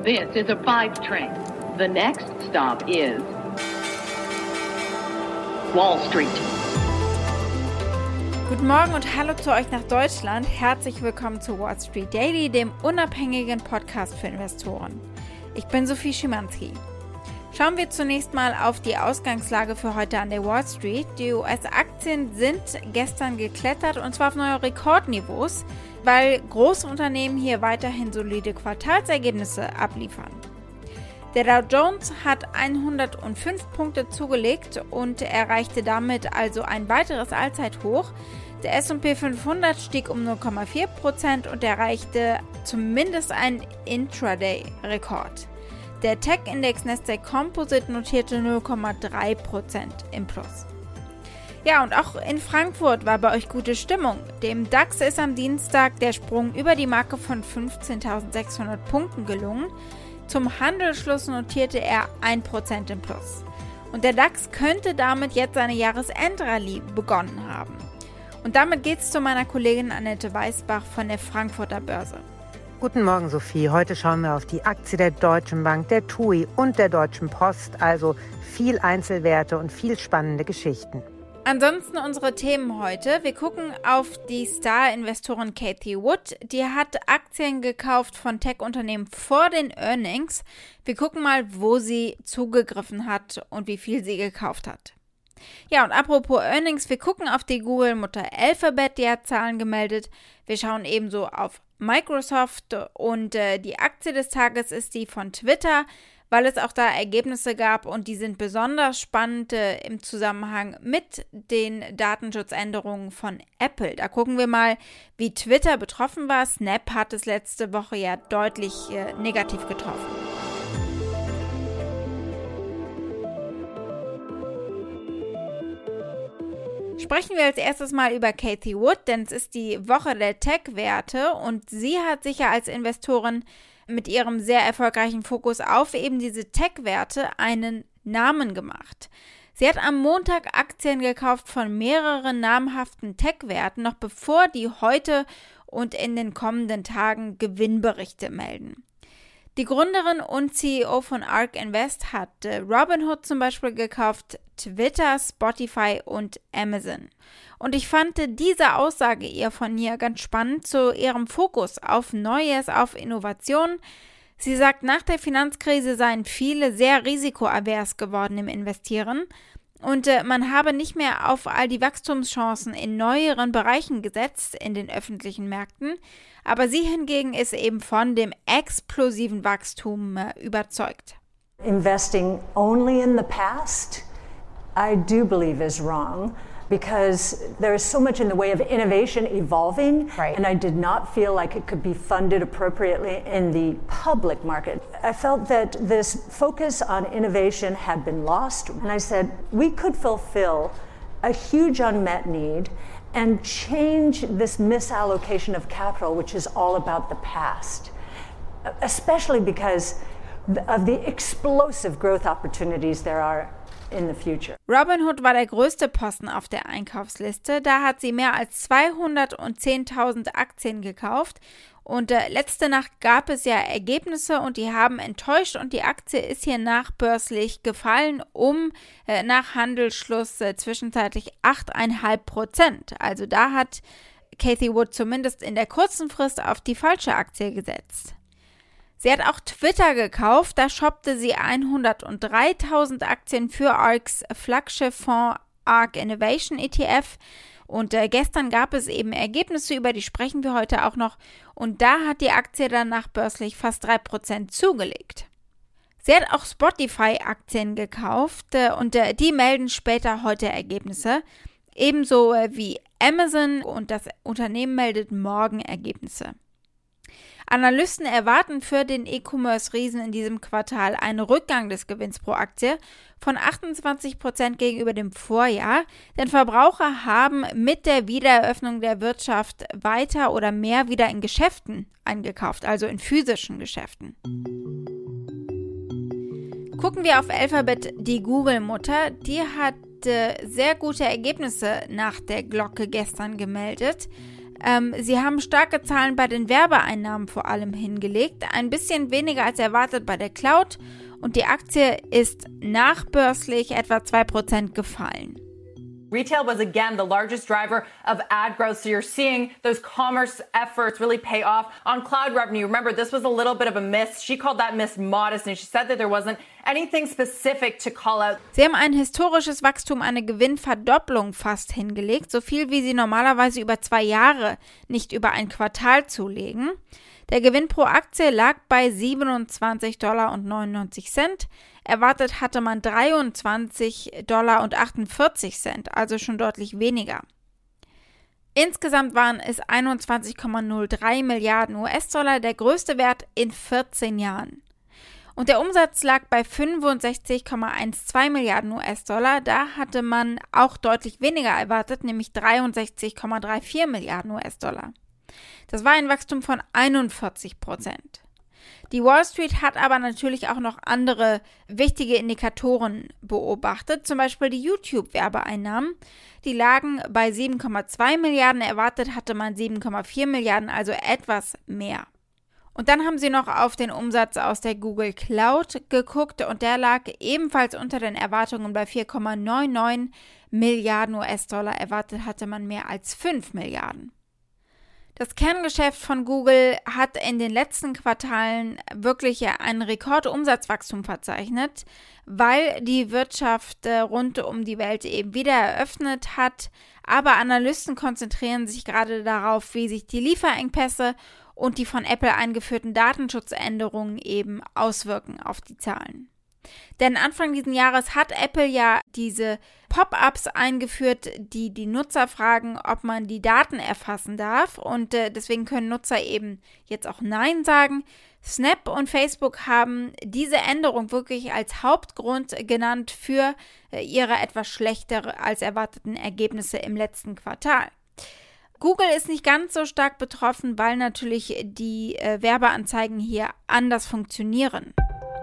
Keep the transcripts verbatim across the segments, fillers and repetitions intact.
This is a five train. The next stop is Wall Street. Guten Morgen und hallo zu euch nach Deutschland. Herzlich willkommen zu Wall Street Daily, dem unabhängigen Podcast für Investoren. Ich bin Sophie Schimanski. Schauen wir zunächst mal auf die Ausgangslage für heute an der Wall Street. Die U S-Aktien sind gestern geklettert und zwar auf neue Rekordniveaus, weil große Unternehmen hier weiterhin solide Quartalsergebnisse abliefern. Der Dow Jones hat hundertfünf Punkte zugelegt und erreichte damit also ein weiteres Allzeithoch. Der S und P fünfhundert stieg um null Komma vier Prozent und erreichte zumindest einen Intraday-Rekord. Der Tech-Index Nasdaq Composite notierte null Komma drei Prozent im Plus. Ja, und auch in Frankfurt war bei euch gute Stimmung. Dem DAX ist am Dienstag der Sprung über die Marke von fünfzehntausendsechshundert Punkten gelungen. Zum Handelsschluss notierte er ein Prozent im Plus. Und der DAX könnte damit jetzt seine Jahresendrallye begonnen haben. Und damit geht's zu meiner Kollegin Annette Weißbach von der Frankfurter Börse. Guten Morgen, Sophie. Heute schauen wir auf die Aktie der Deutschen Bank, der T U I und der Deutschen Post. Also viel Einzelwerte und viel spannende Geschichten. Ansonsten unsere Themen heute. Wir gucken auf die Star-Investorin Cathie Wood. Die hat Aktien gekauft von Tech-Unternehmen vor den Earnings. Wir gucken mal, wo sie zugegriffen hat und wie viel sie gekauft hat. Ja, und apropos Earnings, wir gucken auf die Google-Mutter Alphabet, die hat Zahlen gemeldet. Wir schauen ebenso auf Microsoft und äh, die Aktie des Tages ist die von Twitter, weil es auch da Ergebnisse gab und die sind besonders spannend äh, im Zusammenhang mit den Datenschutzänderungen von Apple. Da gucken wir mal, wie Twitter betroffen war. Snap hat es letzte Woche ja deutlich äh, negativ getroffen. Sprechen wir als erstes mal über Cathie Wood, denn es ist die Woche der Tech-Werte und sie hat sich ja als Investorin mit ihrem sehr erfolgreichen Fokus auf eben diese Tech-Werte einen Namen gemacht. Sie hat am Montag Aktien gekauft von mehreren namhaften Tech-Werten, noch bevor die heute und in den kommenden Tagen Gewinnberichte melden. Die Gründerin und C E O von ARK Invest hat äh, Robinhood zum Beispiel gekauft, Twitter, Spotify und Amazon. Und ich fand diese Aussage ihr von ihr ganz spannend zu ihrem Fokus auf Neues, auf Innovation. Sie sagt, nach der Finanzkrise seien viele sehr risikoavers geworden im Investieren und äh, man habe nicht mehr auf all die Wachstumschancen in neueren Bereichen gesetzt in den öffentlichen Märkten. Aber sie hingegen ist eben von dem explosiven Wachstum äh, überzeugt. Investing only in the past, I do believe is wrong because there is so much in the way of innovation evolving, right. And I did not feel like it could be funded appropriately in the public market. I felt that this focus on innovation had been lost, and I said we could fulfill a huge unmet need and change this misallocation of capital, which is all about the past, especially because of the explosive growth opportunities there are in the future. Robinhood war der größte Posten auf der Einkaufsliste. Da hat sie mehr als zweihundertzehntausend Aktien gekauft. Und äh, letzte Nacht gab es ja Ergebnisse und die haben enttäuscht und die Aktie ist hier nachbörslich gefallen um äh, nach Handelsschluss äh, zwischenzeitlich acht Komma fünf Prozent. Also da hat Cathie Wood zumindest in der kurzen Frist auf die falsche Aktie gesetzt. Sie hat auch Twitter gekauft, da shoppte sie hundertdreitausend Aktien für ARKs Flaggschifffonds ARK Innovation E T F. Und äh, gestern gab es eben Ergebnisse, über die sprechen wir heute auch noch. Und da hat die Aktie dann nachbörslich fast drei Prozent zugelegt. Sie hat auch Spotify-Aktien gekauft äh, und äh, die melden später heute Ergebnisse. Ebenso äh, wie Amazon und das Unternehmen meldet morgen Ergebnisse. Analysten erwarten für den E-Commerce-Riesen in diesem Quartal einen Rückgang des Gewinns pro Aktie von achtundzwanzig Prozent gegenüber dem Vorjahr, denn Verbraucher haben mit der Wiedereröffnung der Wirtschaft weiter oder mehr wieder in Geschäften eingekauft, also in physischen Geschäften. Gucken wir auf Alphabet, die Google-Mutter, die hat äh, sehr gute Ergebnisse nach der Glocke gestern gemeldet. Ähm, sie haben starke Zahlen bei den Werbeeinnahmen vor allem hingelegt, ein bisschen weniger als erwartet bei der Cloud und die Aktie ist nachbörslich etwa zwei Prozent gefallen. Retail was again the largest driver of ad growth, so you're seeing those commerce efforts really pay off on cloud revenue. Remember, this was a little bit of a miss. She called that miss modest, and she said that there wasn't anything specific to call out. Sie haben ein historisches Wachstum, eine Gewinnverdopplung fast hingelegt, so viel wie sie normalerweise über zwei Jahre, nicht über ein Quartal zulegen. Der Gewinn pro Aktie lag bei siebenundzwanzig Dollar neunundneunzig. Erwartet hatte man dreiundzwanzig Dollar achtundvierzig, also schon deutlich weniger. Insgesamt waren es einundzwanzig Komma null drei Milliarden U S-Dollar, der größte Wert in vierzehn Jahren. Und der Umsatz lag bei fünfundsechzig Komma zwölf Milliarden U S-Dollar, da hatte man auch deutlich weniger erwartet, nämlich dreiundsechzig Komma vierunddreißig Milliarden U S-Dollar. Das war ein Wachstum von einundvierzig Prozent. Die Wall Street hat aber natürlich auch noch andere wichtige Indikatoren beobachtet, zum Beispiel die YouTube-Werbeeinnahmen. Die lagen bei sieben Komma zwei Milliarden, erwartet hatte man sieben Komma vier Milliarden, also etwas mehr. Und dann haben sie noch auf den Umsatz aus der Google Cloud geguckt und der lag ebenfalls unter den Erwartungen bei vier Komma neunundneunzig Milliarden U S-Dollar, erwartet hatte man mehr als fünf Milliarden. Das Kerngeschäft von Google hat in den letzten Quartalen wirklich ein Rekordumsatzwachstum verzeichnet, weil die Wirtschaft rund um die Welt eben wieder eröffnet hat. Aber Analysten konzentrieren sich gerade darauf, wie sich die Lieferengpässe und die von Apple eingeführten Datenschutzänderungen eben auswirken auf die Zahlen. Denn Anfang dieses Jahres hat Apple ja diese Pop-ups eingeführt, die die Nutzer fragen, ob man die Daten erfassen darf. Und äh, deswegen können Nutzer eben jetzt auch Nein sagen. Snap und Facebook haben diese Änderung wirklich als Hauptgrund genannt für äh, ihre etwas schlechter als erwarteten Ergebnisse im letzten Quartal. Google ist nicht ganz so stark betroffen, weil natürlich die äh, Werbeanzeigen hier anders funktionieren.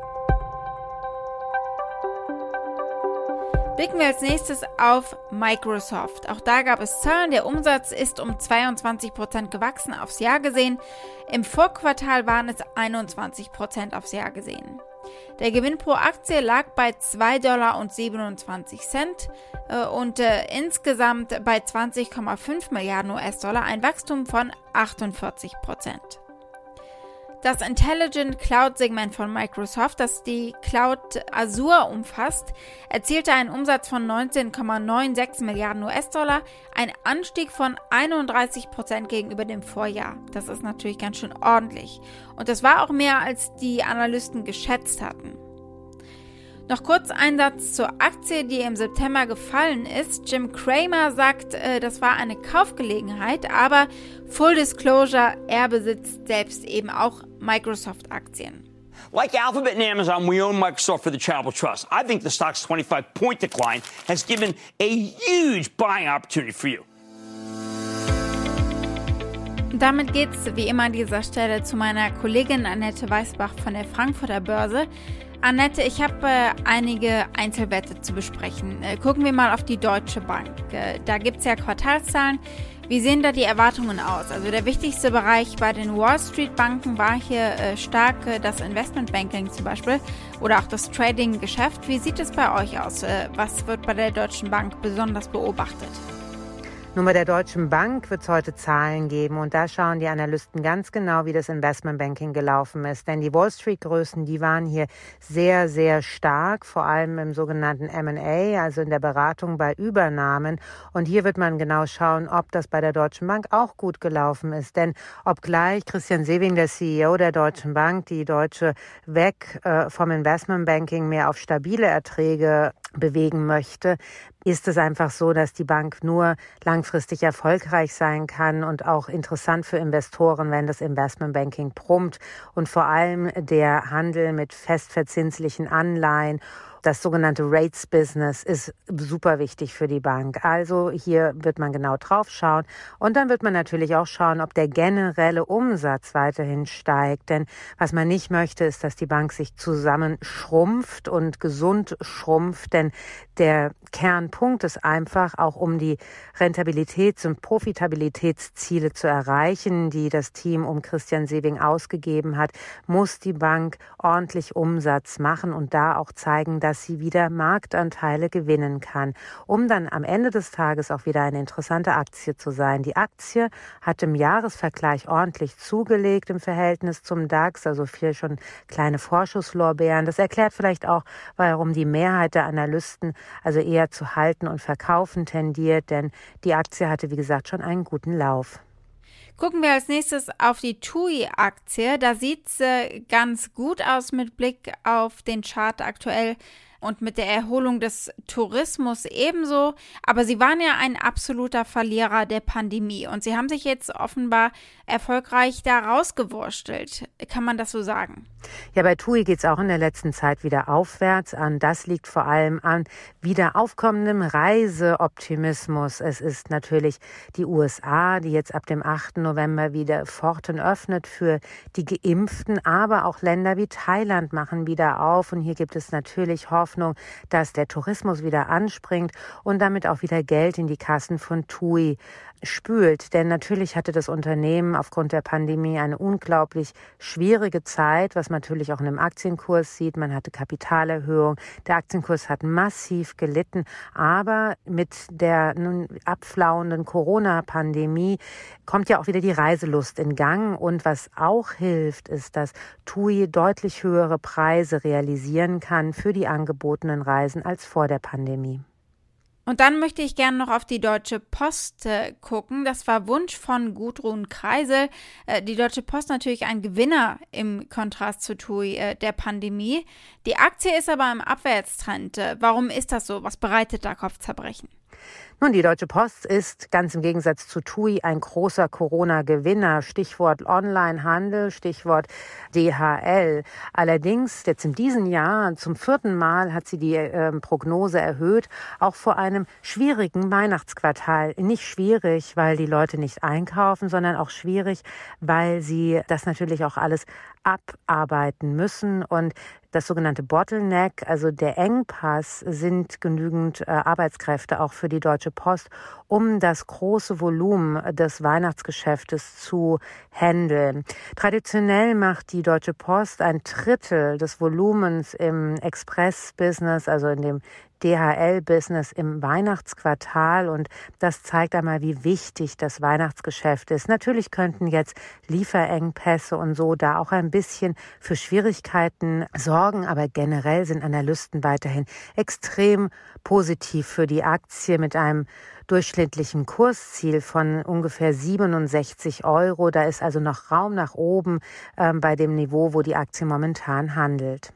Blicken wir als nächstes auf Microsoft. Auch da gab es Zahlen. Der Umsatz ist um zweiundzwanzig Prozent gewachsen aufs Jahr gesehen. Im Vorquartal waren es einundzwanzig Prozent aufs Jahr gesehen. Der Gewinn pro Aktie lag bei zwei Dollar siebenundzwanzig äh, und äh, insgesamt bei zwanzig Komma fünf Milliarden U S-Dollar, ein Wachstum von achtundvierzig Prozent. Das Intelligent Cloud-Segment von Microsoft, das die Cloud Azure umfasst, erzielte einen Umsatz von neunzehn Komma sechsundneunzig Milliarden U S-Dollar, ein Anstieg von einunddreißig Prozent gegenüber dem Vorjahr. Das ist natürlich ganz schön ordentlich. Und das war auch mehr, als die Analysten geschätzt hatten. Noch kurz ein Satz zur Aktie, die im September gefallen ist. Jim Cramer sagt, äh, das war eine Kaufgelegenheit, aber Full Disclosure, er besitzt selbst eben auch Microsoft-Aktien. Like Alphabet and Amazon, we own Microsoft for the Charitable Trust. I think the stock's twenty-five point decline has given a huge buying opportunity for you. Damit geht's wie immer an dieser Stelle zu meiner Kollegin Annette Weißbach von der Frankfurter Börse. Annette, ich habe äh, einige Einzelwerte zu besprechen. Äh, gucken wir mal auf die Deutsche Bank. Äh, da gibt es ja Quartalszahlen. Wie sehen da die Erwartungen aus? Also der wichtigste Bereich bei den Wall Street Banken war hier äh, stark äh, das Investmentbanking zum Beispiel oder auch das Trading-Geschäft. Wie sieht es bei euch aus? Äh, was wird bei der Deutschen Bank besonders beobachtet? Nun, bei der Deutschen Bank wird es heute Zahlen geben und da schauen die Analysten ganz genau, wie das Investmentbanking gelaufen ist. Denn die Wall Street-Größen, die waren hier sehr, sehr stark, vor allem im sogenannten M and A, also in der Beratung bei Übernahmen. Und hier wird man genau schauen, ob das bei der Deutschen Bank auch gut gelaufen ist. Denn obgleich Christian Sewing, der C E O der Deutschen Bank, die Deutsche weg äh, vom Investmentbanking mehr auf stabile Erträge bewegen möchte, ist es einfach so, dass die Bank nur langfristig erfolgreich sein kann und auch interessant für Investoren, wenn das Investmentbanking brummt und vor allem der Handel mit festverzinslichen Anleihen. Das sogenannte Rates-Business ist super wichtig für die Bank. Also hier wird man genau drauf schauen. Und dann wird man natürlich auch schauen, ob der generelle Umsatz weiterhin steigt. Denn was man nicht möchte, ist, dass die Bank sich zusammenschrumpft und gesund schrumpft. Denn der Kern ein Punkt ist einfach, auch um die Rentabilitäts- und Profitabilitätsziele zu erreichen, die das Team um Christian Sewing ausgegeben hat, muss die Bank ordentlich Umsatz machen und da auch zeigen, dass sie wieder Marktanteile gewinnen kann, um dann am Ende des Tages auch wieder eine interessante Aktie zu sein. Die Aktie hat im Jahresvergleich ordentlich zugelegt im Verhältnis zum DAX, also viel schon kleine Vorschusslorbeeren. Das erklärt vielleicht auch, warum die Mehrheit der Analysten also eher zu halten und verkaufen tendiert, denn die Aktie hatte, wie gesagt, schon einen guten Lauf. Gucken wir als nächstes auf die T U I-Aktie. Da sieht es äh, ganz gut aus mit Blick auf den Chart aktuell und mit der Erholung des Tourismus ebenso. Aber sie waren ja ein absoluter Verlierer der Pandemie und sie haben sich jetzt offenbar erfolgreich da rausgewurstelt. Kann man das so sagen? Ja, bei T U I geht es auch in der letzten Zeit wieder aufwärts an. Das liegt vor allem an wieder aufkommendem Reiseoptimismus. Es ist natürlich die U S A, die jetzt ab dem achten November wieder Pforten öffnet für die Geimpften, aber auch Länder wie Thailand machen wieder auf. Und hier gibt es natürlich Hoffnung, dass der Tourismus wieder anspringt und damit auch wieder Geld in die Kassen von T U I spült. Denn natürlich hatte das Unternehmen aufgrund der Pandemie eine unglaublich schwierige Zeit, was man natürlich auch in dem Aktienkurs sieht. Man hatte Kapitalerhöhung. Der Aktienkurs hat massiv gelitten. Aber mit der nun abflauenden Corona-Pandemie kommt ja auch wieder die Reiselust in Gang. Und was auch hilft, ist, dass T U I deutlich höhere Preise realisieren kann für die angebotenen Reisen als vor der Pandemie. Und dann möchte ich gerne noch auf die Deutsche Post äh, gucken. Das war Wunsch von Gudrun Kreisel. Äh, die Deutsche Post natürlich ein Gewinner im Kontrast zu T U I äh, der Pandemie. Die Aktie ist aber im Abwärtstrend. Äh, warum ist das so? Was bereitet da Kopfzerbrechen? Nun, die Deutsche Post ist ganz im Gegensatz zu T U I ein großer Corona-Gewinner. Stichwort Onlinehandel, Stichwort D H L. Allerdings, jetzt in diesem Jahr, zum vierten Mal hat sie die äh, Prognose erhöht, auch vor einem schwierigen Weihnachtsquartal. Nicht schwierig, weil die Leute nicht einkaufen, sondern auch schwierig, weil sie das natürlich auch alles abarbeiten müssen. Und das sogenannte Bottleneck, also der Engpass, sind genügend äh, Arbeitskräfte auch für die Deutsche Post, um das große Volumen des Weihnachtsgeschäftes zu handeln. Traditionell macht die Deutsche Post ein Drittel des Volumens im Express-Business, also in dem D H L-Business im Weihnachtsquartal, und das zeigt einmal, wie wichtig das Weihnachtsgeschäft ist. Natürlich könnten jetzt Lieferengpässe und so da auch ein bisschen für Schwierigkeiten sorgen, aber generell sind Analysten weiterhin extrem positiv für die Aktie mit einem durchschnittlichen Kursziel von ungefähr siebenundsechzig Euro. Da ist also noch Raum nach oben äh, bei dem Niveau, wo die Aktie momentan handelt.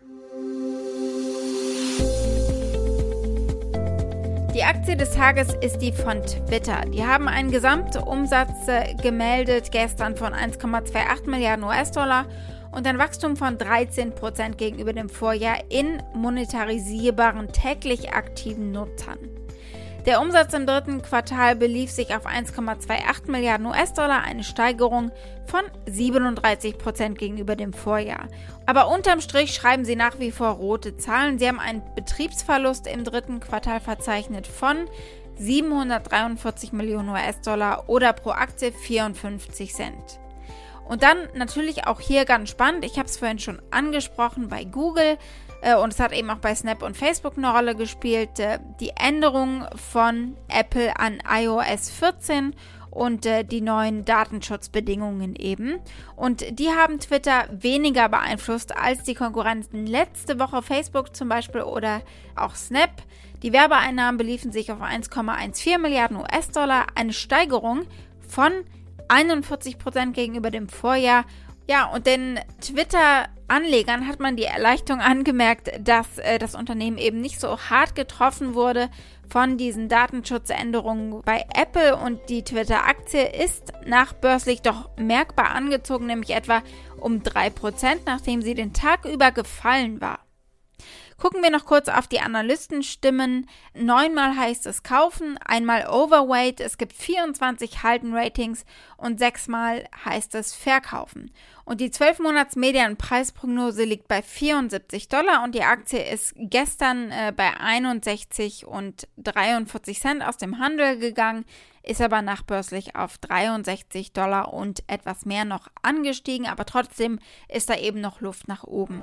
Die Aktie des Tages ist die von Twitter. Die haben einen Gesamtumsatz äh, gemeldet gestern von eins Komma achtundzwanzig Milliarden U S-Dollar und ein Wachstum von dreizehn Prozent gegenüber dem Vorjahr in monetarisierbaren täglich aktiven Nutzern. Der Umsatz im dritten Quartal belief sich auf eins Komma achtundzwanzig Milliarden U S-Dollar, eine Steigerung von siebenunddreißig Prozent gegenüber dem Vorjahr. Aber unterm Strich schreiben sie nach wie vor rote Zahlen. Sie haben einen Betriebsverlust im dritten Quartal verzeichnet von siebenhundertdreiundvierzig Millionen U S-Dollar oder pro Aktie vierundfünfzig Cent. Und dann natürlich auch hier ganz spannend, ich habe es vorhin schon angesprochen, bei Google, äh, und es hat eben auch bei Snap und Facebook eine Rolle gespielt, äh, die Änderung von Apple an i O S vierzehn und äh, die neuen Datenschutzbedingungen eben. Und die haben Twitter weniger beeinflusst als die Konkurrenten letzte Woche, Facebook zum Beispiel oder auch Snap. Die Werbeeinnahmen beliefen sich auf eins Komma vierzehn Milliarden U S-Dollar, eine Steigerung von einundvierzig Prozent gegenüber dem Vorjahr. Ja, und den Twitter-Anlegern hat man die Erleichterung angemerkt, dass äh, das Unternehmen eben nicht so hart getroffen wurde von diesen Datenschutzänderungen bei Apple, und die Twitter-Aktie ist nachbörslich doch merkbar angezogen, nämlich etwa um drei Prozent, nachdem sie den Tag über gefallen war. Gucken wir noch kurz auf die Analystenstimmen. Neunmal heißt es kaufen, einmal Overweight, es gibt vierundzwanzig Halten-Ratings und sechsmal heißt es verkaufen. Und die zwölf Monats Median-Preisprognose liegt bei vierundsiebzig Dollar und die Aktie ist gestern äh, bei einundsechzig und dreiundvierzig Cent aus dem Handel gegangen, ist aber nachbörslich auf dreiundsechzig Dollar und etwas mehr noch angestiegen, aber trotzdem ist da eben noch Luft nach oben.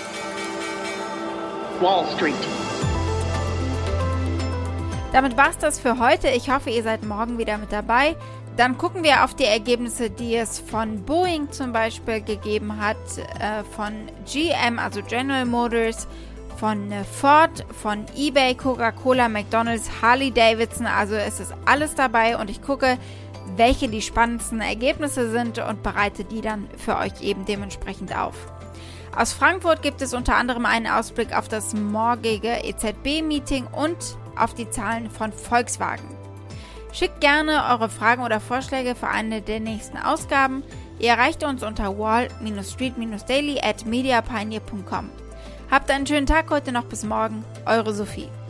Wall Street. Damit war's das für heute. Ich hoffe, ihr seid morgen wieder mit dabei. Dann gucken wir auf die Ergebnisse, die es von Boeing zum Beispiel gegeben hat, äh, von G M, also General Motors, von äh, Ford, von eBay, Coca-Cola, McDonald's, Harley-Davidson. Also es ist alles dabei und ich gucke, welche die spannendsten Ergebnisse sind und bereite die dann für euch eben dementsprechend auf. Aus Frankfurt gibt es unter anderem einen Ausblick auf das morgige E Z B-Meeting und auf die Zahlen von Volkswagen. Schickt gerne eure Fragen oder Vorschläge für eine der nächsten Ausgaben. Ihr erreicht uns unter wall street daily at mediapioneer punkt com. Habt einen schönen Tag heute noch, bis morgen. Eure Sophie.